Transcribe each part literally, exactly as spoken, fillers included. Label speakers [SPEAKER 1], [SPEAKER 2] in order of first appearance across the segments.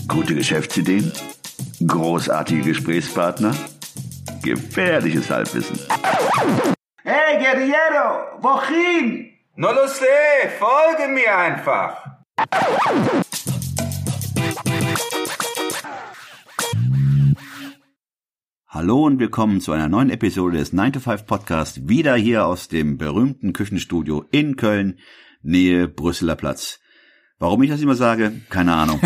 [SPEAKER 1] Gute Geschäftsideen? Großartige Gesprächspartner? Gefährliches Halbwissen.
[SPEAKER 2] Hey, Guerriero, wohin?
[SPEAKER 3] No lo sé, folge mir einfach.
[SPEAKER 1] Hallo und willkommen zu einer neuen Episode des nine to five Podcast, wieder hier aus dem berühmten Küchenstudio in Köln, Nähe Brüsseler Platz. Warum ich das immer sage? Keine Ahnung.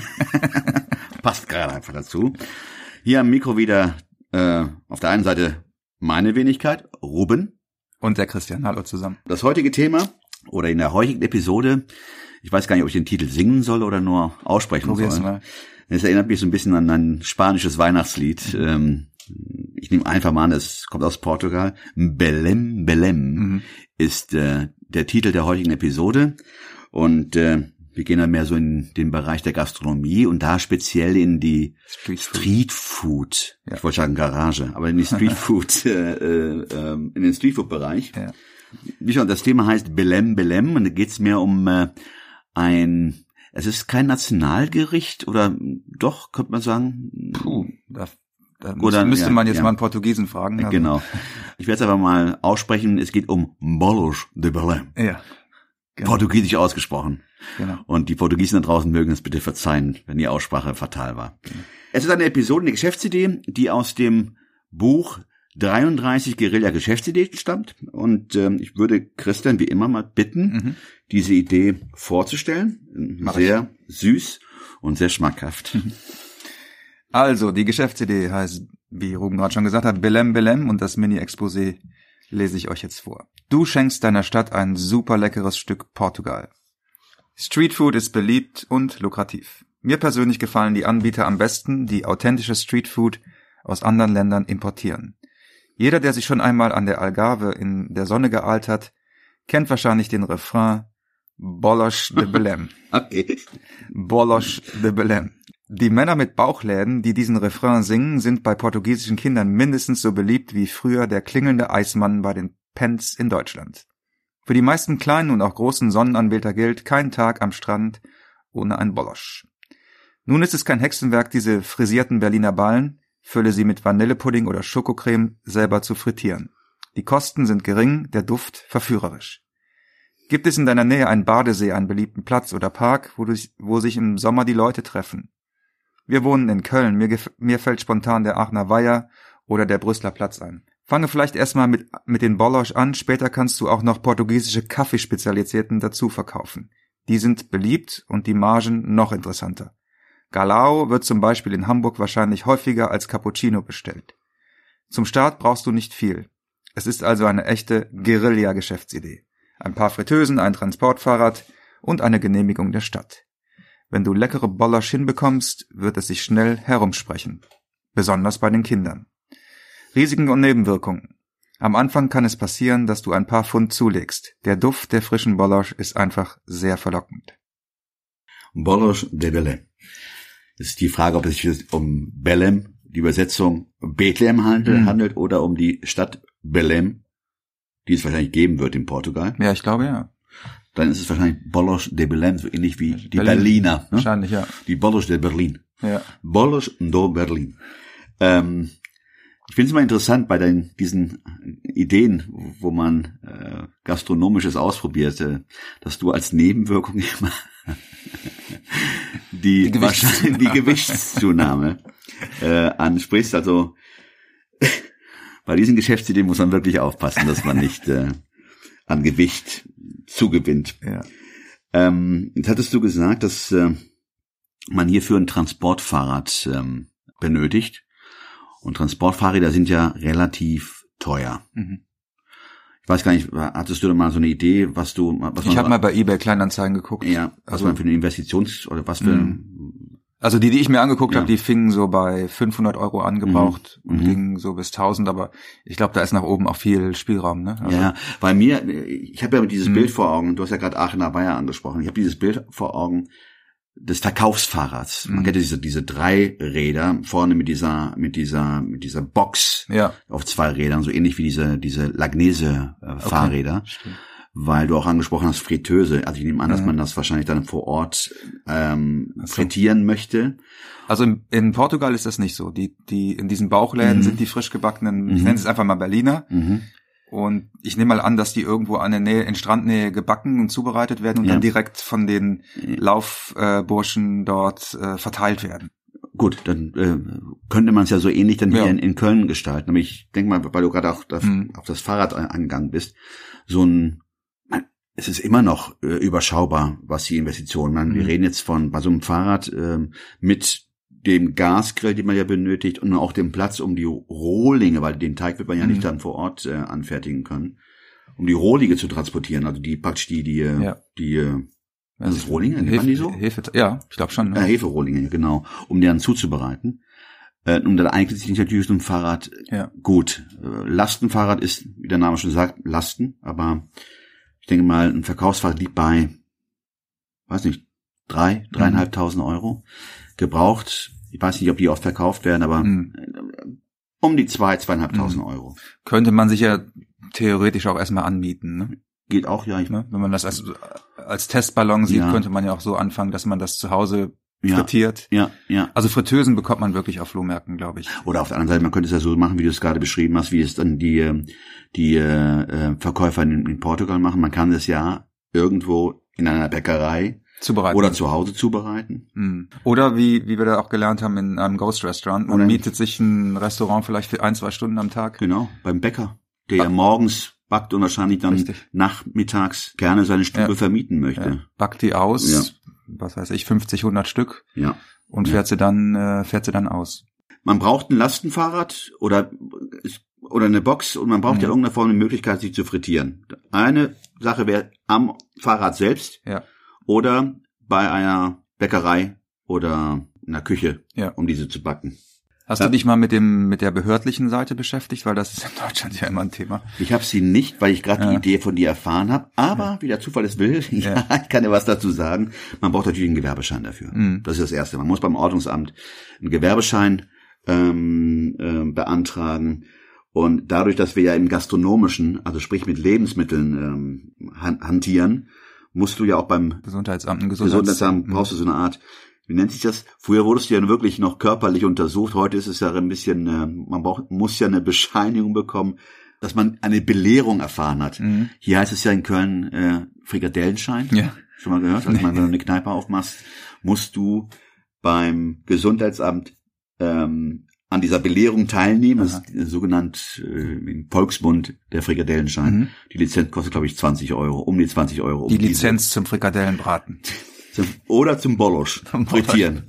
[SPEAKER 1] Passt gerade einfach dazu. Hier am Mikro wieder äh, auf der einen Seite meine Wenigkeit, Ruben.
[SPEAKER 4] Und der Christian. Hallo zusammen.
[SPEAKER 1] Das heutige Thema, oder in der heutigen Episode, ich weiß gar nicht, ob ich den Titel singen soll oder nur aussprechen
[SPEAKER 4] Probier's
[SPEAKER 1] soll.
[SPEAKER 4] Mal.
[SPEAKER 1] Es erinnert mich so ein bisschen an ein spanisches Weihnachtslied. Ähm, ich nehme einfach mal an, es kommt aus Portugal. Belém, Belém mhm. ist äh, der Titel der heutigen Episode. Und äh, wir gehen dann mehr so in den Bereich der Gastronomie und da speziell in die Street Food. Street Food. Ja. Ich wollte sagen Garage, aber in die Street Food, äh, äh, in den Street Food Bereich. Ja. Wie schon, das Thema heißt Belém, Belém und da geht es mir um äh, ein, es ist kein Nationalgericht oder doch, könnte man sagen.
[SPEAKER 4] Puh, da, da
[SPEAKER 1] oder,
[SPEAKER 4] müsste
[SPEAKER 1] ja,
[SPEAKER 4] man jetzt
[SPEAKER 1] ja.
[SPEAKER 4] mal einen Portugiesen fragen. Also.
[SPEAKER 1] Genau. Ich werde es aber mal aussprechen. Es geht um Bolos de Belém.
[SPEAKER 4] Ja. Genau.
[SPEAKER 1] Portugiesisch ausgesprochen.
[SPEAKER 4] Genau.
[SPEAKER 1] Und die Portugiesen da draußen mögen es bitte verzeihen, wenn die Aussprache fatal war. Genau. Es ist eine Episode, eine Geschäftsidee, die aus dem Buch dreiunddreißig Guerilla-Geschäftsideen stammt. Und ähm, ich würde Christian wie immer mal bitten, mhm. diese Idee vorzustellen. Mach sehr ich. süß und sehr schmackhaft.
[SPEAKER 4] Also, die Geschäftsidee heißt, wie Ruben gerade schon gesagt hat, Belém, Belém und das Mini-Exposé lese ich euch jetzt vor. Du schenkst deiner Stadt ein super leckeres Stück Portugal. Streetfood ist beliebt und lukrativ. Mir persönlich gefallen die Anbieter am besten, die authentische Streetfood aus anderen Ländern importieren. Jeder, der sich schon einmal an der Algarve in der Sonne geahlt hat, kennt wahrscheinlich den Refrain Bolos de Belém.
[SPEAKER 1] Okay.
[SPEAKER 4] Bolos de Belém. Die Männer mit Bauchläden, die diesen Refrain singen, sind bei portugiesischen Kindern mindestens so beliebt wie früher der klingelnde Eismann bei den Pens in Deutschland. Für die meisten kleinen und auch großen Sonnenanbeter gilt kein Tag am Strand ohne ein Bolos. Nun ist es kein Hexenwerk, diese frisierten Berliner Ballen, Fülle sie mit Vanillepudding oder Schokocreme, selber zu frittieren. Die Kosten sind gering, der Duft verführerisch. Gibt es in deiner Nähe einen Badesee, einen beliebten Platz oder Park, wo, du, wo sich im Sommer die Leute treffen? Wir wohnen in Köln, mir, gef- mir fällt spontan der Aachener Weiher oder der Brüsseler Platz ein. Fange vielleicht erstmal mit, mit den Bolos an, später kannst du auch noch portugiesische Kaffeespezialitäten dazu verkaufen. Die sind beliebt und die Margen noch interessanter. Galao wird zum Beispiel in Hamburg wahrscheinlich häufiger als Cappuccino bestellt. Zum Start brauchst du nicht viel. Es ist also eine echte Guerilla-Geschäftsidee. Ein paar Fritteusen, ein Transportfahrrad und eine Genehmigung der Stadt. Wenn du leckere Bolos hinbekommst, wird es sich schnell herumsprechen. Besonders bei den Kindern. Risiken und Nebenwirkungen. Am Anfang kann es passieren, dass du ein paar Pfund zulegst. Der Duft der frischen Bolos ist einfach sehr verlockend.
[SPEAKER 1] Bolos de Belém. Es ist die Frage, ob es sich um Belém, die Übersetzung Bethlehem handelt, mhm. handelt oder um die Stadt Belém, die es wahrscheinlich geben wird in Portugal.
[SPEAKER 4] Ja, ich glaube ja.
[SPEAKER 1] Dann ist es wahrscheinlich Bolos de Belém, so ähnlich wie die
[SPEAKER 4] Berlin.
[SPEAKER 1] Berliner. Ne?
[SPEAKER 4] Wahrscheinlich, ja.
[SPEAKER 1] Die Bolos de Berlin.
[SPEAKER 4] Ja.
[SPEAKER 1] Bolos do Berlin. Ähm, ich finde es immer interessant bei den, diesen Ideen, wo man äh, Gastronomisches ausprobiert, äh, dass du als Nebenwirkung immer die,
[SPEAKER 4] die,
[SPEAKER 1] wahrscheinlich die Gewichtszunahme äh, ansprichst. Also bei diesen Geschäftsideen muss man wirklich aufpassen, dass man nicht äh, an Gewicht zugewinnt.
[SPEAKER 4] Ja.
[SPEAKER 1] Ähm, jetzt hattest du gesagt, dass äh, man hierfür ein Transportfahrrad ähm, benötigt. Und Transportfahrräder sind ja relativ teuer. Mhm. Ich weiß gar nicht, hattest du da mal so eine Idee, was du... was
[SPEAKER 4] Ich habe mal bei eBay Kleinanzeigen geguckt.
[SPEAKER 1] Ja, was also, man für eine Investitions... oder was für...
[SPEAKER 4] Mhm. Also die, die ich mir angeguckt ja. habe, die fingen so bei fünfhundert Euro an gebraucht mhm. und
[SPEAKER 1] mhm.
[SPEAKER 4] gingen so bis tausend, aber ich glaube, da ist nach oben auch viel Spielraum. Ne? Also,
[SPEAKER 1] ja, bei mir, ich habe ja dieses mhm. Bild vor Augen, du hast ja gerade Aachener Weiher angesprochen, ich habe dieses Bild vor Augen des Verkaufsfahrrads. Man mhm. kennt diese diese drei Räder vorne mit dieser mit dieser mit dieser Box
[SPEAKER 4] ja.
[SPEAKER 1] auf zwei Rädern, so ähnlich wie diese diese Lagnese äh, Fahrräder.
[SPEAKER 4] Okay.
[SPEAKER 1] weil du auch angesprochen hast, Fritteuse. Also ich nehme an, dass
[SPEAKER 4] Mhm.
[SPEAKER 1] man das wahrscheinlich dann vor Ort ähm,
[SPEAKER 4] Ach so.
[SPEAKER 1] frittieren möchte.
[SPEAKER 4] Also in, in Portugal ist das nicht so. Die, die in diesen Bauchläden
[SPEAKER 1] Mhm.
[SPEAKER 4] sind die frisch gebackenen, ich
[SPEAKER 1] Mhm.
[SPEAKER 4] nenne es einfach mal Berliner.
[SPEAKER 1] Mhm.
[SPEAKER 4] Und ich nehme mal an, dass die irgendwo an der Nähe, in Strandnähe gebacken und zubereitet werden und
[SPEAKER 1] Ja.
[SPEAKER 4] dann direkt von den Laufburschen äh, dort äh, verteilt werden.
[SPEAKER 1] Gut, dann äh, könnte man es ja so ähnlich dann hier
[SPEAKER 4] Ja.
[SPEAKER 1] in, in Köln gestalten. Aber ich denke mal, weil du gerade auch auf,
[SPEAKER 4] Mhm.
[SPEAKER 1] auf das Fahrrad angegangen bist, so ein, man, es ist immer noch äh, überschaubar, was die Investitionen. Man,
[SPEAKER 4] Mhm.
[SPEAKER 1] Wir reden jetzt von bei so einem Fahrrad ähm, mit dem Gasgrill, den man ja benötigt, und auch dem Platz um die Rohlinge, weil den Teig wird man ja
[SPEAKER 4] Mhm.
[SPEAKER 1] nicht dann vor Ort äh, anfertigen können, um die Rohlinge zu transportieren. Also die praktisch die die äh,
[SPEAKER 4] Ja.
[SPEAKER 1] die äh, Das ist Rohlinge, nennt
[SPEAKER 4] Hefe,
[SPEAKER 1] man die so?
[SPEAKER 4] Hefe, ja, ich glaube schon. Ne?
[SPEAKER 1] Äh, Heferohlinge, genau, um die dann zuzubereiten. Äh, und dann eignet sich natürlich so ein Fahrrad
[SPEAKER 4] Ja.
[SPEAKER 1] gut. Äh, Lastenfahrrad ist, wie der Name schon sagt, Lasten, aber ich denke mal, ein Verkaufsfahrrad liegt bei, weiß nicht, drei, dreieinhalbtausend Euro. Gebraucht, ich weiß nicht, ob die oft verkauft werden, aber
[SPEAKER 4] Mhm.
[SPEAKER 1] äh, um die zwei, zweieinhalbtausend
[SPEAKER 4] Mhm.
[SPEAKER 1] Euro.
[SPEAKER 4] Könnte man sich ja theoretisch auch erstmal anmieten, ne?
[SPEAKER 1] Geht auch, ja. Ich,
[SPEAKER 4] Ne? Wenn man das als, als Testballon sieht,
[SPEAKER 1] Ja.
[SPEAKER 4] könnte man ja auch so anfangen, dass man das zu Hause
[SPEAKER 1] Ja.
[SPEAKER 4] frittiert.
[SPEAKER 1] ja, ja.
[SPEAKER 4] Also Fritteusen bekommt man wirklich auf Flohmärkten, glaube ich.
[SPEAKER 1] Oder auf der anderen Seite, man könnte es ja so machen, wie du es gerade beschrieben hast, wie es dann die äh, die äh, Verkäufer in, in Portugal machen. Man kann es ja irgendwo in einer Bäckerei
[SPEAKER 4] Zubereiten.
[SPEAKER 1] oder zu Hause zubereiten.
[SPEAKER 4] Mhm. Oder wie wie wir da auch gelernt haben in einem Ghost Restaurant, man
[SPEAKER 1] Oder-
[SPEAKER 4] mietet sich ein Restaurant vielleicht für ein, zwei Stunden am Tag.
[SPEAKER 1] Genau, beim Bäcker, der
[SPEAKER 4] Ah.
[SPEAKER 1] ja morgens backt und wahrscheinlich dann
[SPEAKER 4] Richtig.
[SPEAKER 1] nachmittags gerne seine Stube
[SPEAKER 4] Ja.
[SPEAKER 1] vermieten
[SPEAKER 4] Ja,
[SPEAKER 1] möchte.
[SPEAKER 4] backt die aus,
[SPEAKER 1] Ja.
[SPEAKER 4] was weiß ich, fünfzig, hundert Stück
[SPEAKER 1] Ja.
[SPEAKER 4] und
[SPEAKER 1] Ja.
[SPEAKER 4] fährt sie dann äh, fährt sie dann aus.
[SPEAKER 1] Man braucht ein Lastenfahrrad oder oder eine Box und man braucht
[SPEAKER 4] Mhm.
[SPEAKER 1] ja irgendeine Form eine Möglichkeit, sich zu frittieren. Eine Sache wäre am Fahrrad selbst
[SPEAKER 4] Ja.
[SPEAKER 1] oder bei einer Bäckerei oder in der Küche,
[SPEAKER 4] Ja.
[SPEAKER 1] um diese zu backen.
[SPEAKER 4] Hast
[SPEAKER 1] Ja.
[SPEAKER 4] du dich mal mit dem mit der behördlichen Seite beschäftigt, weil das ist in Deutschland ja immer ein Thema.
[SPEAKER 1] Ich habe sie nicht, weil ich gerade
[SPEAKER 4] Ja.
[SPEAKER 1] die Idee von dir erfahren habe, aber wie der Zufall es will, ja, ich kann dir was dazu sagen, man braucht natürlich einen Gewerbeschein dafür.
[SPEAKER 4] Mhm.
[SPEAKER 1] Das ist das Erste. Man muss beim Ordnungsamt einen Gewerbeschein ähm, ähm, beantragen. Und dadurch, dass wir ja im Gastronomischen, also sprich mit Lebensmitteln ähm, han- hantieren, musst du ja auch beim
[SPEAKER 4] Gesundheitsamt, ein Gesundheits
[SPEAKER 1] Gesundheitsamt, brauchst du so eine Art, wie nennt sich das? Früher wurdest du ja wirklich noch körperlich untersucht, heute ist es ja ein bisschen, äh, man braucht, muss ja eine Bescheinigung bekommen, dass man eine Belehrung erfahren hat.
[SPEAKER 4] Mhm.
[SPEAKER 1] Hier heißt es ja in Köln äh, Frikadellenschein.
[SPEAKER 4] Ja.
[SPEAKER 1] Schon mal gehört? Also wenn du eine Kneipe aufmachst, musst du beim Gesundheitsamt ähm, an dieser Belehrung teilnehmen. Das ist äh, sogenannt äh, im Volksmund der Frikadellenschein.
[SPEAKER 4] Mhm.
[SPEAKER 1] Die Lizenz kostet, glaube ich, zwanzig Euro, um die zwanzig Euro. Um
[SPEAKER 4] Die
[SPEAKER 1] diese-
[SPEAKER 4] Lizenz zum Frikadellenbraten.
[SPEAKER 1] zum, oder zum Bolosch
[SPEAKER 4] Zum Bolosch.
[SPEAKER 1] frittieren.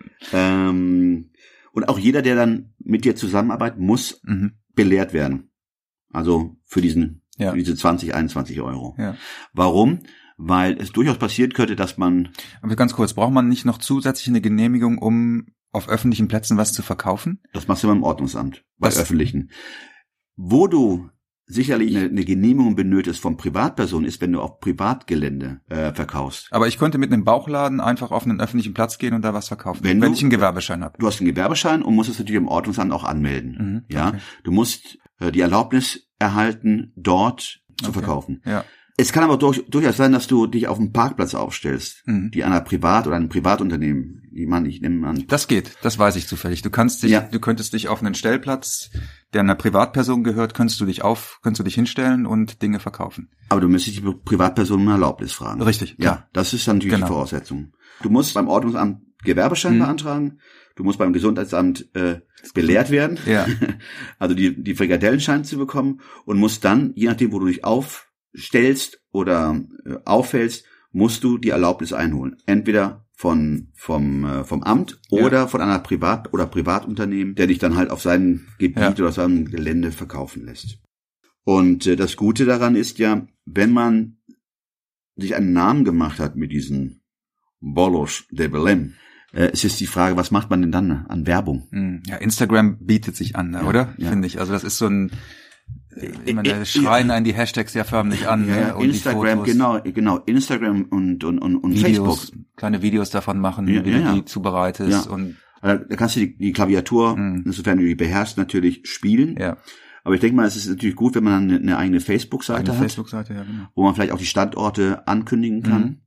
[SPEAKER 1] ähm, und auch jeder, der dann mit dir zusammenarbeitet, muss
[SPEAKER 4] Mhm.
[SPEAKER 1] belehrt werden. Also für diesen,
[SPEAKER 4] Ja.
[SPEAKER 1] für diese zwanzig, einundzwanzig Euro.
[SPEAKER 4] Ja.
[SPEAKER 1] Warum? Weil es durchaus passieren könnte, dass man,
[SPEAKER 4] Aber ganz kurz, braucht man nicht noch zusätzlich eine Genehmigung, um auf öffentlichen Plätzen was zu verkaufen?
[SPEAKER 1] das machst du beim Ordnungsamt, bei
[SPEAKER 4] Das-
[SPEAKER 1] öffentlichen. Wo du sicherlich eine, eine Genehmigung benötigst von Privatpersonen, ist, wenn du auf Privatgelände äh, verkaufst.
[SPEAKER 4] Aber ich könnte mit einem Bauchladen einfach auf einen öffentlichen Platz gehen und da was verkaufen,
[SPEAKER 1] Wenn
[SPEAKER 4] wenn,
[SPEAKER 1] du-
[SPEAKER 4] ich einen Gewerbeschein habe.
[SPEAKER 1] Du hast einen Gewerbeschein und musst es natürlich im Ordnungsamt auch anmelden.
[SPEAKER 4] Mhm,
[SPEAKER 1] Ja,
[SPEAKER 4] okay.
[SPEAKER 1] du musst äh, die Erlaubnis erhalten, dort zu
[SPEAKER 4] Okay.
[SPEAKER 1] verkaufen.
[SPEAKER 4] Ja.
[SPEAKER 1] Es kann aber durch, durchaus sein, dass du dich auf einem Parkplatz aufstellst,
[SPEAKER 4] Mhm.
[SPEAKER 1] die einer Privat- oder einem Privatunternehmen, die man, ich nehme an,
[SPEAKER 4] Das geht, das weiß ich zufällig. Du kannst dich,
[SPEAKER 1] Ja.
[SPEAKER 4] du könntest dich auf einen Stellplatz, der einer Privatperson gehört, könntest du dich auf, könntest du dich hinstellen und Dinge verkaufen.
[SPEAKER 1] aber du müsstest die Privatperson um Erlaubnis fragen.
[SPEAKER 4] Richtig,
[SPEAKER 1] Ja,
[SPEAKER 4] klar.
[SPEAKER 1] das ist dann natürlich
[SPEAKER 4] Genau.
[SPEAKER 1] die Voraussetzung. Du musst beim Ordnungsamt Gewerbeschein
[SPEAKER 4] Mhm.
[SPEAKER 1] beantragen, du musst beim Gesundheitsamt äh, belehrt werden,
[SPEAKER 4] Ja.
[SPEAKER 1] also die, die Frikadellenschein zu bekommen und musst dann, je nachdem, wo du dich aufstellst oder äh, auffällst, musst du die Erlaubnis einholen. Entweder von vom äh, vom Amt
[SPEAKER 4] Ja.
[SPEAKER 1] oder von einer Privat- oder Privatunternehmen, der dich dann halt auf seinem Gebiet
[SPEAKER 4] Ja.
[SPEAKER 1] oder auf seinem Gelände verkaufen lässt. Und äh, das Gute daran ist ja, wenn man sich einen Namen gemacht hat mit diesem Bolosch de Belém, äh, es ist die Frage, was macht man denn dann an Werbung?
[SPEAKER 4] Hm, Ja, Instagram bietet sich an, ne,
[SPEAKER 1] Ja,
[SPEAKER 4] oder?
[SPEAKER 1] ja.
[SPEAKER 4] Finde ich. Also das ist so ein, äh, ich meine,
[SPEAKER 1] Äh,
[SPEAKER 4] da schreien einen die Hashtags ja förmlich an, ne?
[SPEAKER 1] Ja,
[SPEAKER 4] Und
[SPEAKER 1] Instagram,
[SPEAKER 4] die Fotos,
[SPEAKER 1] genau, genau, Instagram und und und, und
[SPEAKER 4] Videos,
[SPEAKER 1] Facebook.
[SPEAKER 4] kleine Videos davon machen,
[SPEAKER 1] Ja,
[SPEAKER 4] wie
[SPEAKER 1] ja,
[SPEAKER 4] du
[SPEAKER 1] ja.
[SPEAKER 4] die zubereitest
[SPEAKER 1] Ja.
[SPEAKER 4] und
[SPEAKER 1] Also, da kannst du die, die Klaviatur,
[SPEAKER 4] Mhm.
[SPEAKER 1] insofern du die beherrschst, natürlich spielen.
[SPEAKER 4] ja.
[SPEAKER 1] Aber ich denke mal, es ist natürlich gut, wenn man eine, eine eigene Facebook-Seite
[SPEAKER 4] Eine
[SPEAKER 1] hat,
[SPEAKER 4] Facebook-Seite, ja, genau.
[SPEAKER 1] wo man vielleicht auch die Standorte ankündigen kann
[SPEAKER 4] Mhm.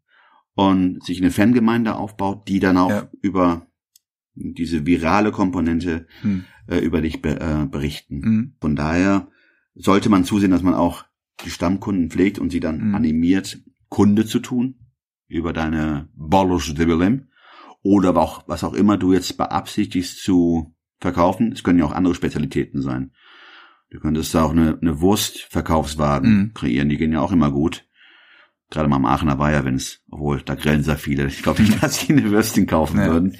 [SPEAKER 1] und sich eine Fangemeinde aufbaut, die dann auch
[SPEAKER 4] Ja.
[SPEAKER 1] über diese virale Komponente
[SPEAKER 4] Mhm.
[SPEAKER 1] äh, über dich be, äh, berichten.
[SPEAKER 4] Mhm.
[SPEAKER 1] Von daher sollte man zusehen, dass man auch die Stammkunden pflegt und sie dann
[SPEAKER 4] Mhm.
[SPEAKER 1] animiert, Kunde zu tun über deine Bolos de Belém oder aber auch, was auch immer du jetzt beabsichtigst zu verkaufen. Es können ja auch andere Spezialitäten sein. Du könntest da auch eine, eine Wurstverkaufswagen
[SPEAKER 4] Mhm.
[SPEAKER 1] kreieren, die gehen ja auch immer gut. Gerade mal am Aachener Weiher, wenn es, obwohl da grillen sehr viele. Ich glaube nicht, dass sie eine Würstchen kaufen
[SPEAKER 4] Ja.
[SPEAKER 1] würden.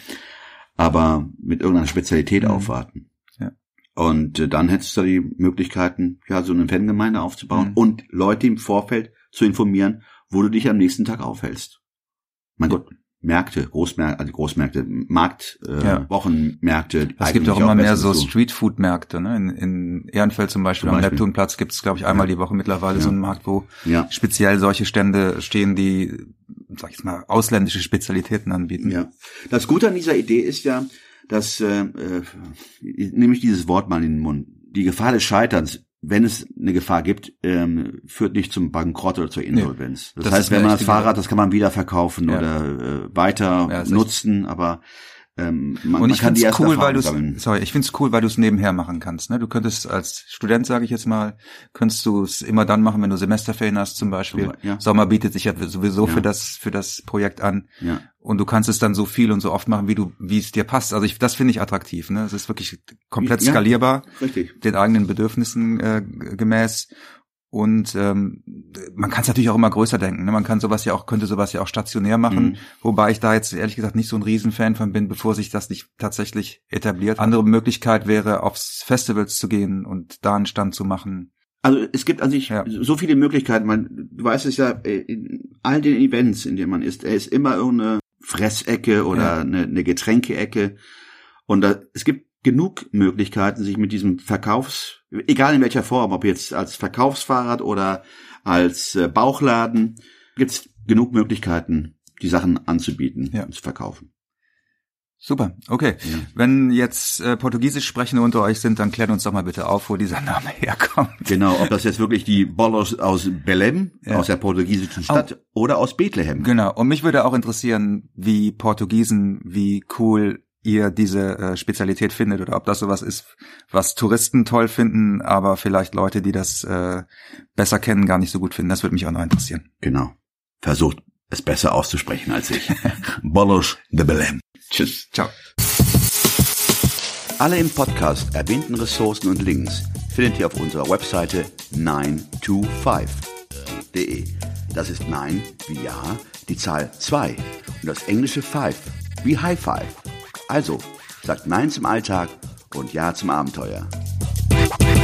[SPEAKER 1] Aber mit irgendeiner Spezialität
[SPEAKER 4] Mhm.
[SPEAKER 1] aufwarten.
[SPEAKER 4] Ja.
[SPEAKER 1] Und äh, dann hättest du die Möglichkeiten, ja, so eine Fangemeinde aufzubauen
[SPEAKER 4] Mhm.
[SPEAKER 1] und Leute im Vorfeld zu informieren, wo du dich am nächsten Tag aufhältst. Mein Gott, Märkte, Großmärkte, also Großmärkte, Markt, äh,
[SPEAKER 4] Ja.
[SPEAKER 1] Wochenmärkte.
[SPEAKER 4] Es gibt auch immer mehr so Streetfood-Märkte, ne? In, in Ehrenfeld zum Beispiel,
[SPEAKER 1] Zum
[SPEAKER 4] am
[SPEAKER 1] Beispiel.
[SPEAKER 4] Neptunplatz gibt es, glaube ich, einmal
[SPEAKER 1] Ja.
[SPEAKER 4] die Woche mittlerweile
[SPEAKER 1] Ja.
[SPEAKER 4] so einen Markt, wo
[SPEAKER 1] Ja.
[SPEAKER 4] speziell solche Stände stehen, die, sag ich mal, ausländische Spezialitäten anbieten.
[SPEAKER 1] Ja. Das Gute an dieser Idee ist ja, dass, äh, äh, nehme ich dieses Wort mal in den Mund, die Gefahr des Scheiterns, wenn es eine Gefahr gibt, ähm, führt nicht zum Bankrott oder zur Insolvenz.
[SPEAKER 4] Nee,
[SPEAKER 1] das,
[SPEAKER 4] das
[SPEAKER 1] heißt,
[SPEAKER 4] ist
[SPEAKER 1] wenn
[SPEAKER 4] eine
[SPEAKER 1] man das
[SPEAKER 4] richtige-
[SPEAKER 1] Fahrrad, das kann man wieder verkaufen
[SPEAKER 4] Ja.
[SPEAKER 1] oder äh, weiter
[SPEAKER 4] Ja, das ist
[SPEAKER 1] nutzen, aber ähm, man,
[SPEAKER 4] Und
[SPEAKER 1] man
[SPEAKER 4] ich
[SPEAKER 1] kann die
[SPEAKER 4] find's
[SPEAKER 1] erste
[SPEAKER 4] cool, weil
[SPEAKER 1] Erfahrung
[SPEAKER 4] du
[SPEAKER 1] sammeln.
[SPEAKER 4] sorry, ich find's cool, weil du es nebenher machen kannst. Ne? Du könntest als Student, sage ich jetzt mal, könntest du es immer dann machen, wenn du Semesterferien hast zum Beispiel.
[SPEAKER 1] Zum Be- ja.
[SPEAKER 4] Sommer bietet sich ja sowieso
[SPEAKER 1] Ja.
[SPEAKER 4] für das für das Projekt an.
[SPEAKER 1] Ja.
[SPEAKER 4] Und du kannst es dann so viel und so oft machen, wie du wie es dir passt. Also ich, das finde ich attraktiv. Ne? Es ist wirklich komplett
[SPEAKER 1] Ja.
[SPEAKER 4] skalierbar,
[SPEAKER 1] Richtig.
[SPEAKER 4] den eigenen Bedürfnissen äh, gemäß. Und ähm, man kann es natürlich auch immer größer denken. Ne? Man kann sowas ja auch, könnte sowas ja auch stationär machen,
[SPEAKER 1] Mhm.
[SPEAKER 4] wobei ich da jetzt ehrlich gesagt nicht so ein Riesenfan von bin, bevor sich das nicht tatsächlich etabliert. Andere Möglichkeit wäre, aufs Festivals zu gehen und da einen Stand zu machen.
[SPEAKER 1] Also es gibt an sich
[SPEAKER 4] Ja.
[SPEAKER 1] so viele Möglichkeiten. Man, du weißt es ja, äh, in all den Events, in denen man ist, er ist immer irgendeine Fressecke oder
[SPEAKER 4] Ja.
[SPEAKER 1] eine, eine Getränkeecke. Und da, es gibt genug Möglichkeiten, sich mit diesem Verkaufs, egal in welcher Form, ob jetzt als Verkaufsfahrrad oder als äh, Bauchladen, gibt es genug Möglichkeiten, die Sachen anzubieten
[SPEAKER 4] Ja.
[SPEAKER 1] und zu verkaufen.
[SPEAKER 4] Super, okay.
[SPEAKER 1] Ja.
[SPEAKER 4] Wenn jetzt äh, Portugiesisch Sprechende unter euch sind, dann klärt uns doch mal bitte auf, wo dieser Name herkommt.
[SPEAKER 1] Genau, ob das jetzt wirklich die Bolos aus Belém,
[SPEAKER 4] Ja.
[SPEAKER 1] aus der portugiesischen Stadt, oder aus Bethlehem.
[SPEAKER 4] Genau. Und mich würde auch interessieren, wie Portugiesen, wie cool ihr diese äh, Spezialität findet oder ob das sowas ist, was Touristen toll finden, aber vielleicht Leute, die das äh, besser kennen, gar nicht so gut finden. Das würde mich auch noch interessieren.
[SPEAKER 1] Genau. Versucht es besser auszusprechen als ich. Bolos de Belém. Tschüss.
[SPEAKER 4] Ciao.
[SPEAKER 1] Alle im Podcast erwähnten Ressourcen und Links findet ihr auf unserer Webseite nine two five punkt de. Das ist nine wie Ja, die Zahl zwei und das englische Five wie High Five. Also, sagt Nein zum Alltag und Ja zum Abenteuer.